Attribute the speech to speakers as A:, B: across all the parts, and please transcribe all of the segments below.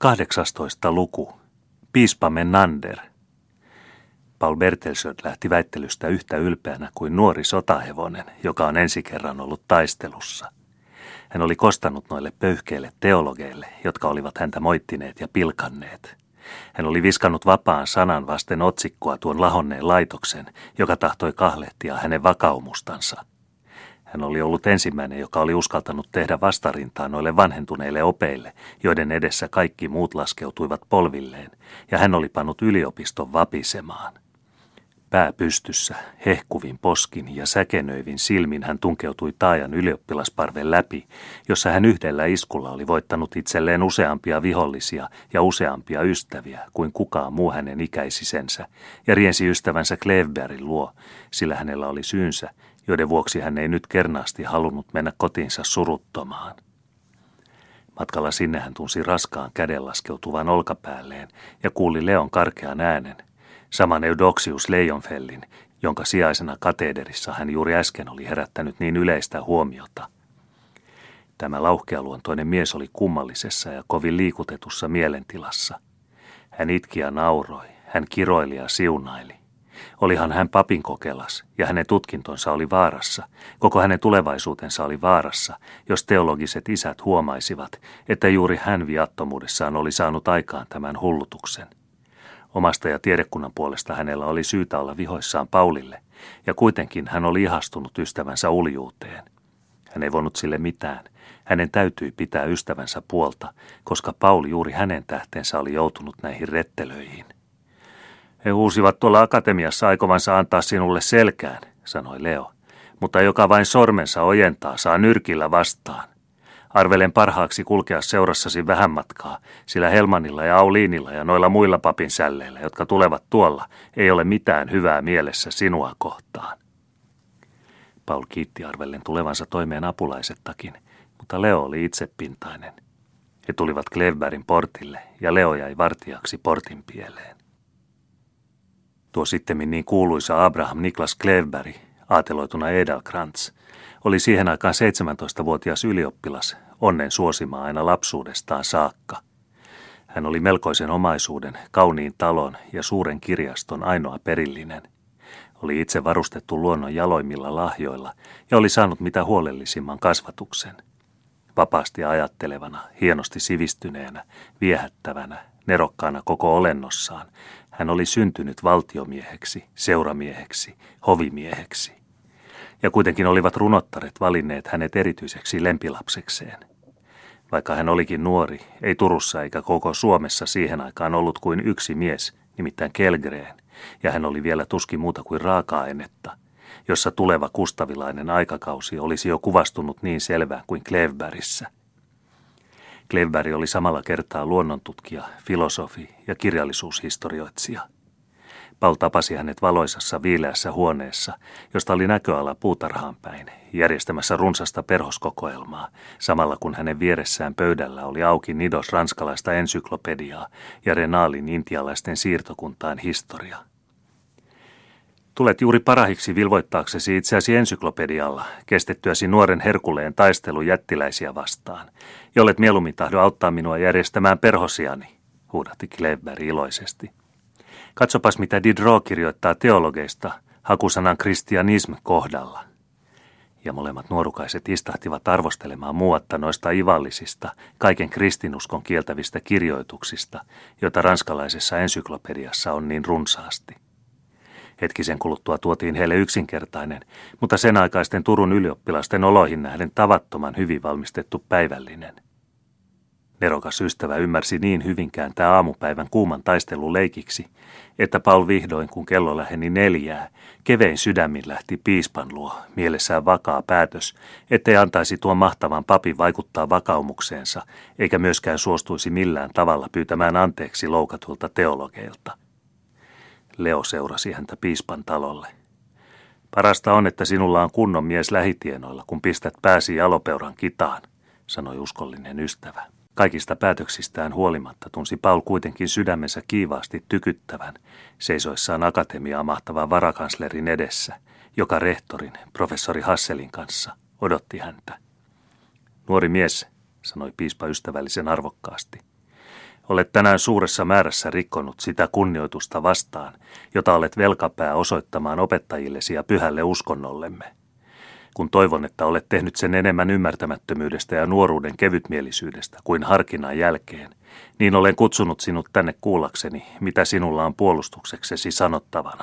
A: 18. luku. Piispa Menander. Paul Bertelsöld lähti väittelystä yhtä ylpeänä kuin nuori sotahevonen, joka on ensi kerran ollut taistelussa. Hän oli kostanut noille pöyhkeille teologeille, jotka olivat häntä moittineet ja pilkanneet. Hän oli viskannut vapaan sanan vasten otsikkoa tuon lahonneen laitoksen, joka tahtoi kahlehtia hänen vakaumustansa. Hän oli ollut ensimmäinen, joka oli uskaltanut tehdä vastarintaa noille vanhentuneille opeille, joiden edessä kaikki muut laskeutuivat polvilleen, ja hän oli pannut yliopiston vapisemaan. Pää pystyssä, hehkuvin poskin ja säkenöivin silmin hän tunkeutui taajan ylioppilasparven läpi, jossa hän yhdellä iskulla oli voittanut itselleen useampia vihollisia ja useampia ystäviä kuin kukaan muu hänen ikäisisensä, ja riensi ystävänsä Klevbergin luo, sillä hänellä oli syynsä, joiden vuoksi hän ei nyt kernaasti halunnut mennä kotiinsa suruttomaan. Matkalla sinne hän tunsi raskaan käden laskeutuvan olkapäälleen ja kuuli Leon karkean äänen, saman Eudoxius Leijonfellin, jonka sijaisena kateederissa hän juuri äsken oli herättänyt niin yleistä huomiota. Tämä lauhkealuontoinen mies oli kummallisessa ja kovin liikutetussa mielentilassa. Hän itki ja nauroi, hän kiroili ja siunaili. Olihan hän papin kokelas, ja hänen tutkintonsa oli vaarassa, koko hänen tulevaisuutensa oli vaarassa, jos teologiset isät huomaisivat, että juuri hän viattomuudessaan oli saanut aikaan tämän hullutuksen. Omasta ja tiedekunnan puolesta hänellä oli syytä olla vihoissaan Paulille, ja kuitenkin hän oli ihastunut ystävänsä uljuuteen. Hän ei voinut sille mitään. Hänen täytyi pitää ystävänsä puolta, koska Pauli juuri hänen tähtensä oli joutunut näihin rettelöihin. He huusivat tuolla akatemiassa aikovansa antaa sinulle selkään, sanoi Leo, mutta joka vain sormensa ojentaa, saa nyrkillä vastaan. Arvelen parhaaksi kulkea seurassasi vähän matkaa, sillä Helmanilla ja Auliinilla ja noilla muilla papin sälleillä, jotka tulevat tuolla, ei ole mitään hyvää mielessä sinua kohtaan. Paul kiitti arvellen tulevansa toimeen apulaisettakin, mutta Leo oli itsepintainen. He tulivat Klevbergin portille ja Leo jäi vartijaksi portin pieleen. Tuo sittemmin niin kuuluisa Abraham Niklas Klevberg, aateloituna Edelkrantz, oli siihen aikaan 17-vuotias ylioppilas, onnen suosimaa aina lapsuudestaan saakka. Hän oli melkoisen omaisuuden, kauniin talon ja suuren kirjaston ainoa perillinen. Oli itse varustettu luonnon jaloimmilla lahjoilla ja oli saanut mitä huolellisimman kasvatuksen. Vapaasti ajattelevana, hienosti sivistyneenä, viehättävänä, nerokkaana koko olennossaan, hän oli syntynyt valtiomieheksi, seuramieheksi, hovimieheksi. Ja kuitenkin olivat runottaret valinneet hänet erityiseksi lempilapsekseen. Vaikka hän olikin nuori, ei Turussa eikä koko Suomessa siihen aikaan ollut kuin yksi mies, nimittäin Kellgren, ja hän oli vielä tuskin muuta kuin raaka-ainetta, jossa tuleva kustavilainen aikakausi olisi jo kuvastunut niin selvään kuin Klevbergissä. Klevberg oli samalla kertaa luonnontutkija, filosofi ja kirjallisuushistorioitsija. Paul tapasi hänet valoisassa viileässä huoneessa, josta oli näköala puutarhaan päin, järjestämässä runsasta perhoskokoelmaa, samalla kun hänen vieressään pöydällä oli auki Nidos ranskalaista ensyklopediaa ja Renaalin intialaisten siirtokuntaan historia. Tulet juuri parahiksi vilvoittaaksesi itseäsi ensyklopedialla, kestettyäsi nuoren Herkuleen taistelu jättiläisiä vastaan, jollet mieluummin tahdo auttaa minua järjestämään perhosiani, huudahti Klevberg iloisesti. Katsopas, mitä Diderot kirjoittaa teologeista hakusanan kristianism kohdalla. Ja molemmat nuorukaiset istahtivat arvostelemaan muuatta noista ivallisista, kaiken kristinuskon kieltävistä kirjoituksista, joita ranskalaisessa ensyklopediassa on niin runsaasti. Hetkisen kuluttua tuotiin heille yksinkertainen, mutta sen aikaisten Turun ylioppilasten oloihin nähden tavattoman hyvin valmistettu päivällinen. Nerokas ystävä ymmärsi niin hyvin kääntää aamupäivän kuuman taistelun leikiksi, että Paul vihdoin, kun kello läheni 4, kevein sydämin lähti piispan luo, mielessään vakaa päätös, ettei antaisi tuon mahtavan papin vaikuttaa vakaumukseensa, eikä myöskään suostuisi millään tavalla pyytämään anteeksi loukatulta teologeilta. Leo seurasi häntä piispan talolle. Parasta on, että sinulla on kunnon mies lähitienoilla, kun pistät pääsi jalopeuran kitaan, sanoi uskollinen ystävä. Kaikista päätöksistään huolimatta tunsi Paul kuitenkin sydämensä kiivaasti tykyttävän, seisoissaan akatemiaa mahtavan varakanslerin edessä, joka rehtorin, professori Hasselin kanssa, odotti häntä. Nuori mies, sanoi piispa ystävällisen arvokkaasti. Olet tänään suuressa määrässä rikkonut sitä kunnioitusta vastaan, jota olet velkapää osoittamaan opettajillesi ja pyhälle uskonnollemme. Kun toivon, että olet tehnyt sen enemmän ymmärtämättömyydestä ja nuoruuden kevytmielisyydestä kuin harkinnan jälkeen, niin olen kutsunut sinut tänne kuullakseni, mitä sinulla on puolustukseksesi sanottavana.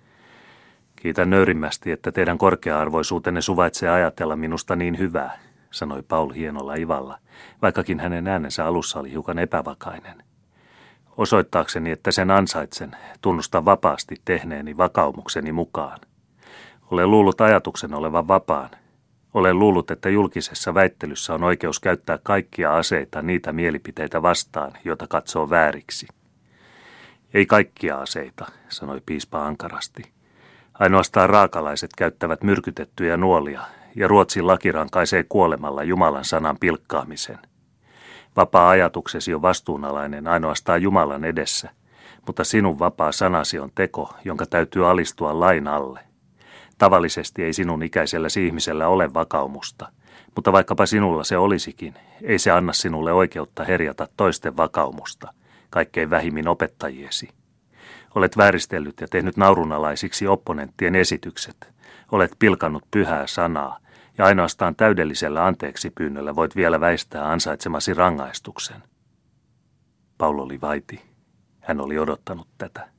A: Kiitän nöyrimmästi, että teidän korkea-arvoisuutenne suvaitsee ajatella minusta niin hyvää, sanoi Paul hienolla ivalla, vaikkakin hänen äänensä alussa oli hiukan epävakainen. Osoittaakseni, että sen ansaitsen, tunnustan vapaasti tehneeni vakaumukseni mukaan. Olen luullut ajatuksen olevan vapaan. Olen luullut, että julkisessa väittelyssä on oikeus käyttää kaikkia aseita niitä mielipiteitä vastaan, joita katsoo vääriksi. Ei kaikkia aseita, sanoi piispa ankarasti. Ainoastaan raakalaiset käyttävät myrkytettyjä nuolia, ja Ruotsin laki rankaisee kuolemalla Jumalan sanan pilkkaamisen. Vapaa ajatuksesi on vastuunalainen ainoastaan Jumalan edessä, mutta sinun vapaa sanasi on teko, jonka täytyy alistua lain alle. Tavallisesti ei sinun ikäiselläsi ihmisellä ole vakaumusta, mutta vaikkapa sinulla se olisikin, ei se anna sinulle oikeutta herjata toisten vakaumusta, kaikkein vähimmin opettajiesi. Olet vääristellyt ja tehnyt naurunalaisiksi opponenttien esitykset. Olet pilkannut pyhää sanaa, ja ainoastaan täydellisellä anteeksipyynnöllä voit vielä väistää ansaitsemasi rangaistuksen. Paul oli vaiti. Hän oli odottanut tätä.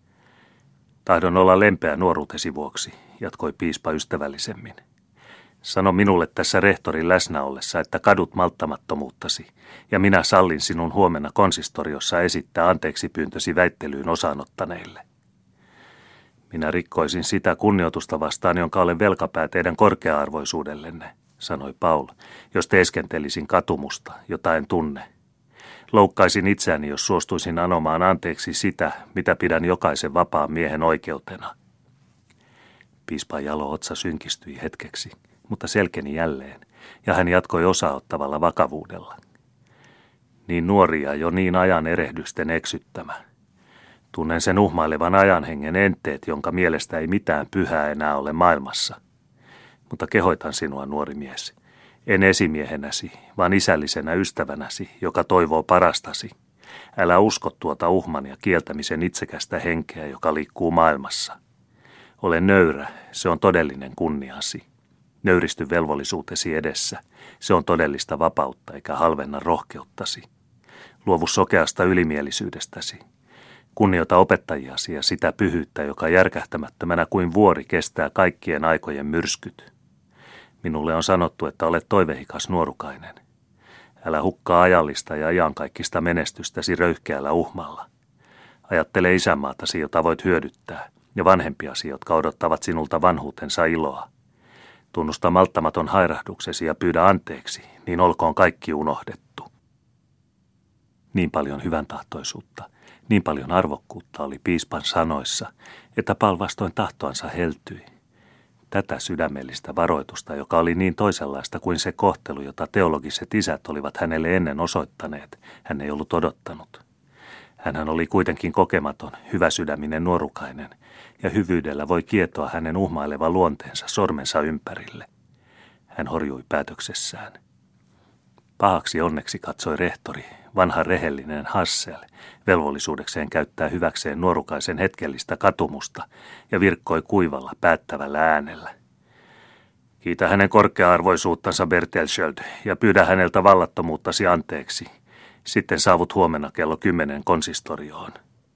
A: Tahdon olla lempeä nuoruutesi vuoksi, jatkoi piispa ystävällisemmin. Sano minulle tässä rehtorin läsnä ollessa, että kadut malttamattomuuttasi, ja minä sallin sinun huomenna konsistoriossa esittää anteeksipyyntösi väittelyyn osanottaneille. Minä rikkoisin sitä kunnioitusta vastaan, jonka olen velkapää teidän korkea-arvoisuudellenne, sanoi Paul, jos teeskentelisin katumusta, jota en tunne. Loukkaisin itseäni, jos suostuisin anomaan anteeksi sitä, mitä pidän jokaisen vapaan miehen oikeutena. Piispan jalo otsa synkistyi hetkeksi, mutta selkeni jälleen, ja hän jatkoi osaottavalla vakavuudella. Niin nuoria jo niin ajan erehdysten eksyttämä. Tunnen sen uhmailevan ajanhengen enteet, jonka mielestä ei mitään pyhää enää ole maailmassa. Mutta kehoitan sinua, nuori mies, en esimiehenäsi, vaan isällisenä ystävänäsi, joka toivoo parastasi. Älä usko tuota uhman ja kieltämisen itsekästä henkeä, joka liikkuu maailmassa. Ole nöyrä, se on todellinen kunniasi. Nöyristy velvollisuutesi edessä, se on todellista vapautta eikä halvenna rohkeuttasi. Luovu sokeasta ylimielisyydestäsi. Kunnioita opettajiasi ja sitä pyhyyttä, joka järkähtämättömänä kuin vuori kestää kaikkien aikojen myrskyt. Minulle on sanottu, että olet toiveikas nuorukainen. Älä hukkaa ajallista ja iankaikkista menestystäsi röyhkeällä uhmalla. Ajattele isänmaatasi, jota voit hyödyttää, ja vanhempiasi, jotka odottavat sinulta vanhuutensa iloa. Tunnusta malttamaton hairahduksesi ja pyydä anteeksi, niin olkoon kaikki unohdettu. Niin paljon hyväntahtoisuutta, niin paljon arvokkuutta oli piispan sanoissa, että Paul vastoin tahtoansa heltyi. Tätä sydämellistä varoitusta, joka oli niin toisenlaista kuin se kohtelu, jota teologiset isät olivat hänelle ennen osoittaneet, hän ei ollut odottanut. Hänhän oli kuitenkin kokematon, hyväsydäminen nuorukainen, ja hyvyydellä voi kietoa hänen uhmaileva luonteensa sormensa ympärille. Hän horjui päätöksessään. Pahaksi onneksi katsoi rehtori, vanha rehellinen Hassel, velvollisuudekseen käyttää hyväkseen nuorukaisen hetkellistä katumusta ja virkkoi kuivalla, päättävällä äänellä. Kiitä hänen korkea-arvoisuuttansa Bertelschöld ja pyydä häneltä vallattomuuttasi anteeksi. Sitten saavut huomenna kello 10 konsistorioon.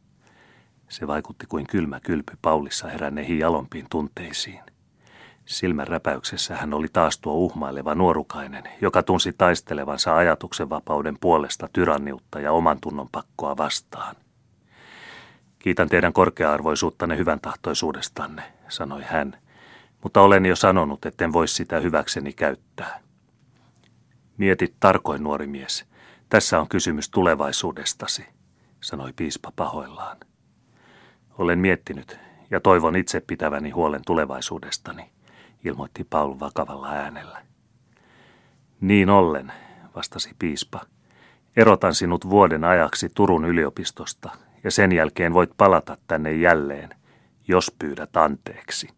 A: Se vaikutti kuin kylmä kylpy Paulissa heränneihin jalompiin tunteisiin. Silmän räpäyksessä hän oli taas tuo uhmaileva nuorukainen, joka tunsi taistelevansa ajatuksen vapauden puolesta tyranniutta ja oman tunnon pakkoa vastaan. Kiitän teidän korkea-arvoisuuttanne hyvän tahtoisuudestanne, sanoi hän, mutta olen jo sanonut, etten voi sitä hyväkseni käyttää. Mietit tarkoin, nuori mies. Tässä on kysymys tulevaisuudestasi, sanoi piispa pahoillaan. Olen miettinyt ja toivon itse pitäväni huolen tulevaisuudestani, ilmoitti Paul vakavalla äänellä. Niin ollen, vastasi piispa, erotan sinut vuoden ajaksi Turun yliopistosta ja sen jälkeen voit palata tänne jälleen, jos pyydät anteeksi.